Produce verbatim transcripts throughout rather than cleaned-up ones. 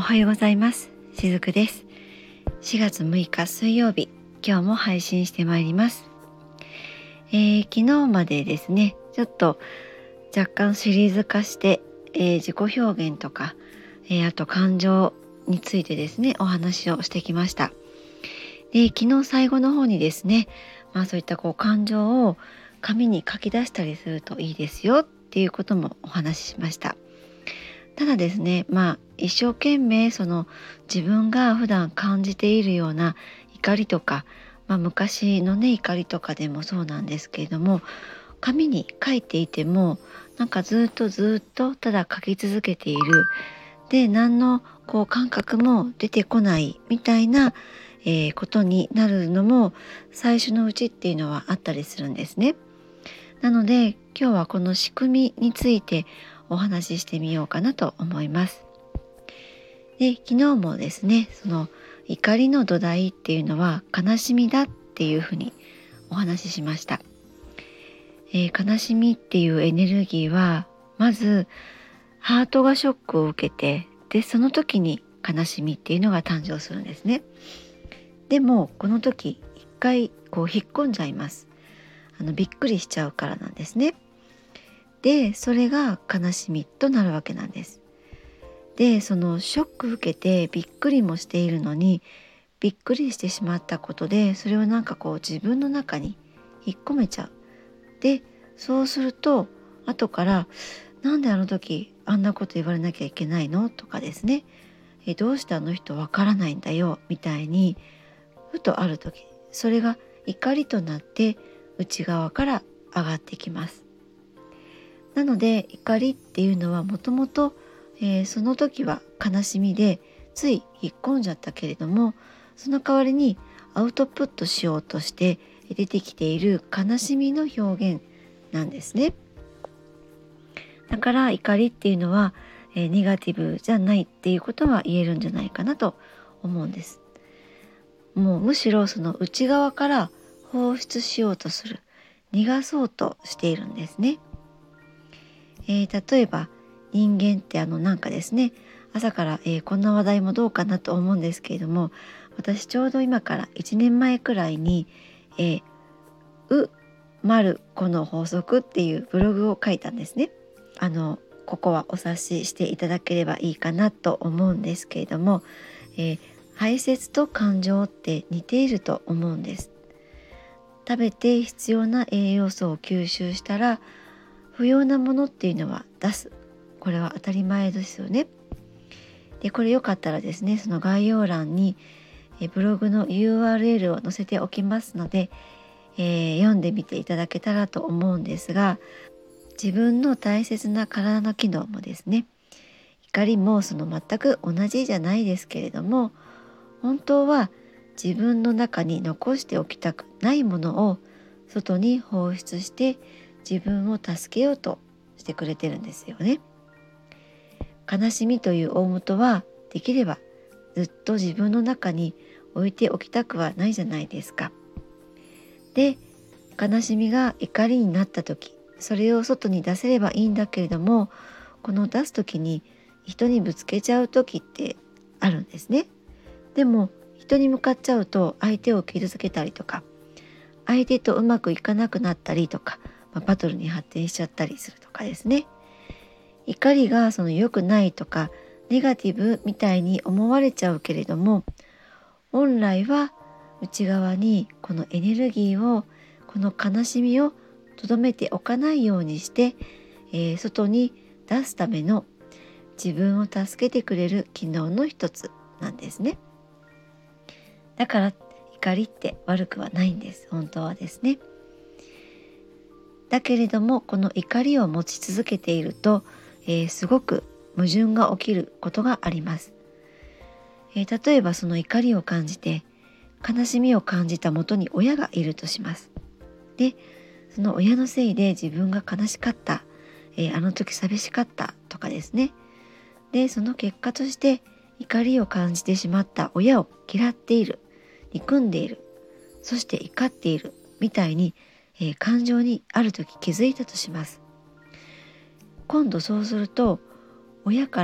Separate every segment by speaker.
Speaker 1: はようございます。しずくです。しがつむいか水曜日、今日も配信してまいります。えー、昨日までですね、ちょっと若干シリーズ化して、えー、自己表現とか、えー、あと感情についてですね、お話をしてきました。で、昨日最後の方にですね、まあそういったこう感情を紙に書き出したりするといいですよっていうこともお話ししました。ただですね、まあ一生懸命その自分が普段感じているような怒りとか、まあ、昔のね怒りとかでもそうなんですけれども、紙に書いていてもなんかずっとずっとただ書き続けている、で何のこう感覚も出てこないみたいな、えーことになるのも最初のうちっていうのはあったりするんですね。なので今日はこの仕組みについてお話ししてみようかなと思います。で、昨日もですね、その怒りの土台っていうのは悲しみだっていうふうにお話ししました。えー悲しみっていうエネルギーはまずハートがショックを受けて、でその時に悲しみっていうのが誕生するんですね。でもこの時一回こう引っ込んじゃいます。あのびっくりしちゃうからなんですね。でそれが悲しみとなるわけなんです。でそのショック受けてびっくりもしているのに、びっくりしてしまったことでそれをなんかこう自分の中に引っ込めちゃう。でそうすると後からなんであの時あんなこと言われなきゃいけないのとかですね、えどうしてあの人わからないんだよみたいにふとある時それが怒りとなって内側から上がってきます。なので怒りっていうのはもともとその時は悲しみでつい引っ込んじゃったけれども、その代わりにアウトプットしようとして出てきている悲しみの表現なんですね。だから怒りっていうのは、えーネガティブじゃないっていうことは言えるんじゃないかなと思うんです。もうむしろその内側から放出しようとする、逃がそうとしているんですね。えー例えば人間ってあのなんかですね、朝から、えーこんな話題もどうかなと思うんですけれども、私ちょうど今からいちねんまえくらいに、えーう、まる、この法則っていうブログを書いたんですね。あのここはお察ししていただければいいかなと思うんですけれども、えー排泄と感情って似ていると思うんです。食べて必要な栄養素を吸収したら不要なものっていうのは出す。これは当たり前ですよね。でこれよかったらですね、その概要欄にえブログの ユーアールエル を載せておきますので、えー読んでみていただけたらと思うんですが、自分の大切な体の機能もですね、怒りもその全く同じじゃないですけれども、本当は自分の中に残しておきたくないものを外に放出して自分を助けようとしてくれてるんですよね。悲しみという大元はできればずっと自分の中に置いておきたくはないじゃないですか。で、悲しみが怒りになった時、それを外に出せればいいんだけれども、この出す時に人にぶつけちゃう時ってあるんですね。でも人に向かっちゃうと相手を傷つけたりとか、相手とうまくいかなくなったりとか、まあ、バトルに発展しちゃったりするとかですね。怒りがその良くないとかネガティブみたいに思われちゃうけれども、本来は内側にこのエネルギーを、この悲しみを留めておかないようにして、えー外に出すための自分を助けてくれる機能の一つなんですね。だから怒りって悪くはないんです、本当はですね。だけれどもこの怒りを持ち続けていると、えーすごく矛盾が起きることがあります。えー例えばその怒りを感じて悲しみを感じた元に親がいるとします。でその親のせいで自分が悲しかった、えーあの時寂しかったとかですね。でその結果として怒りを感じてしまった親を嫌っている、憎んでいる、そして怒っているみたいに、えー感情にある時気づいたとします。今度そうすると親から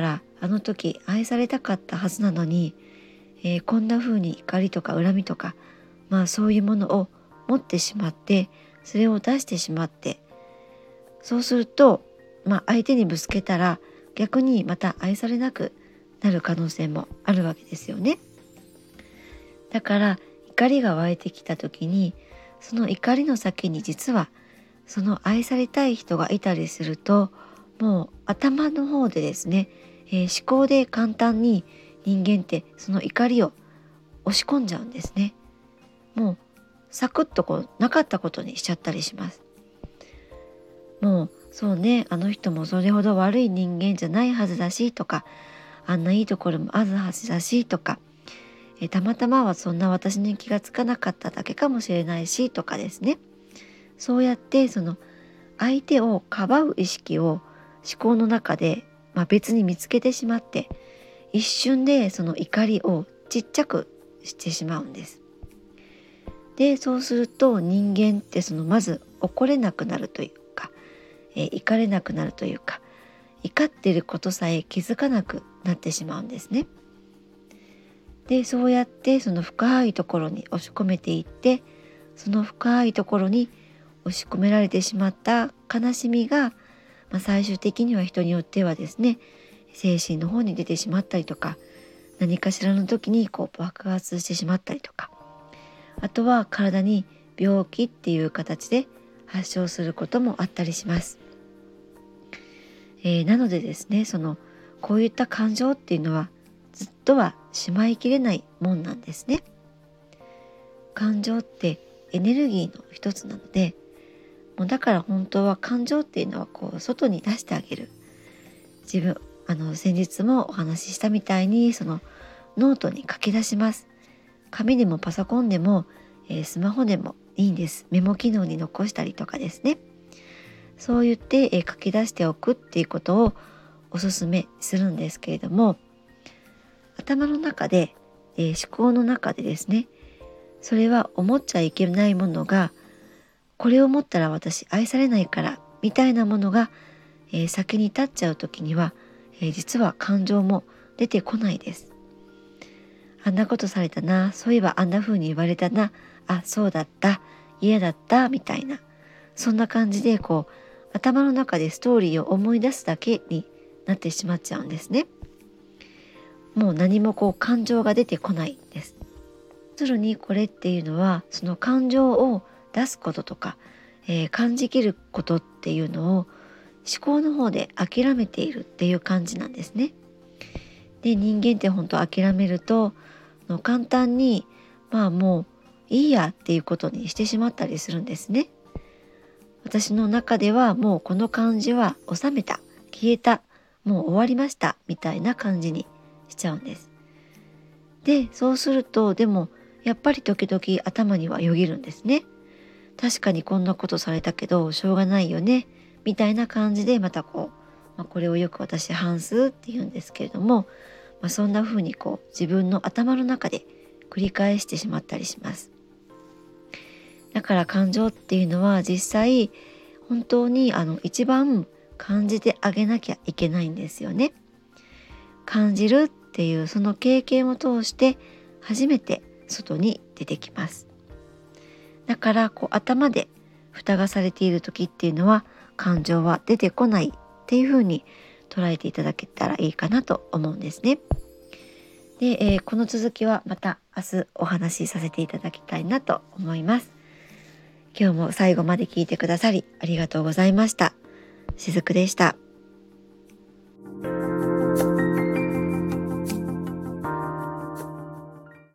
Speaker 1: あの時愛されたかったはずなのに、えー、こんな風に怒りとか恨みとか、まあそういうものを持ってしまって、それを出してしまって、そうすると、まあ、相手にぶつけたら逆にまた愛されなくなる可能性もあるわけですよね。だから怒りが湧いてきた時に、その怒りの先に実はその愛されたい人がいたりすると、もう頭の方でですね、えー、思考で簡単に人間ってその怒りを押し込んじゃうんですね。もうサクッとこうなかったことにしちゃったりします。もうそうね、あの人もそれほど悪い人間じゃないはずだしとか、あんないいところもあるはずだしとか、えたまたまはそんな私に気がつかなかっただけかもしれないしとかですね。そうやってその相手をかばう意識を思考の中で、まあ、別に見つけてしまって、一瞬でその怒りをちっちゃくしてしまうんです。でそうすると人間ってそのまず怒れなくなるというか、えー、怒れなくなるというか、怒っていることさえ気づかなくなってしまうんですね。でそうやってその深いところに押し込めていって、その深いところに押し込められてしまった悲しみが、まあ、最終的には人によってはですね、精神の方に出てしまったりとか、何かしらの時にこう爆発してしまったりとか、あとは体に病気っていう形で発症することもあったりします。えー、なのでですね、そのこういった感情っていうのはずっとはしまいきれないもんなんですね。感情ってエネルギーの一つなので、もうだから本当は感情っていうのはこう外に出してあげる。自分あの先日もお話ししたみたいに、そのノートに書き出します。紙でもパソコンでも、えー、スマホでもいいんです。メモ機能に残したりとかですね。そう言って、えー、書き出しておくっていうことをおすすめするんですけれども、頭の中で、えー、思考の中でですね、それは思っちゃいけないものが、これを持ったら私愛されないからみたいなものが、えー、先に立っちゃう時には、えー、実は感情も出てこないです。あんなことされたな、そういえばあんな風に言われたな、あ、そうだった、嫌だったみたいな、そんな感じでこう頭の中でストーリーを思い出すだけになってしまっちゃうんですね。もう何もこう感情が出てこないんです。要するにこれっていうのは、その感情を出すこととか、えー、感じきることっていうのを思考の方で諦めているっていう感じなんですね。で人間って本当諦めるとの簡単に、まあもういいやっていうことにしてしまったりするんですね。私の中ではもうこの感じは収めた、消えた、もう終わりましたみたいな感じにしちゃうんです。でそうすると、でもやっぱり時々頭にはよぎるんですね。確かにこんなことされたけどしょうがないよねみたいな感じで、またこう、まあ、これをよく私反数って言うんですけれども、まあ、そんな風にこう自分の頭の中で繰り返してしまったりします。だから感情っていうのは実際本当にあの一番感じてあげなきゃいけないんですよね。感じるっていうその経験を通して初めて外に出てきます。だからこう頭で蓋がされている時っていうのは感情は出てこないっていう風に捉えていただけたらいいかなと思うんですね。で、えー、この続きはまた明日お話しさせていただきたいなと思います。今日も最後まで聞いてくださりありがとうございました。しずくでした。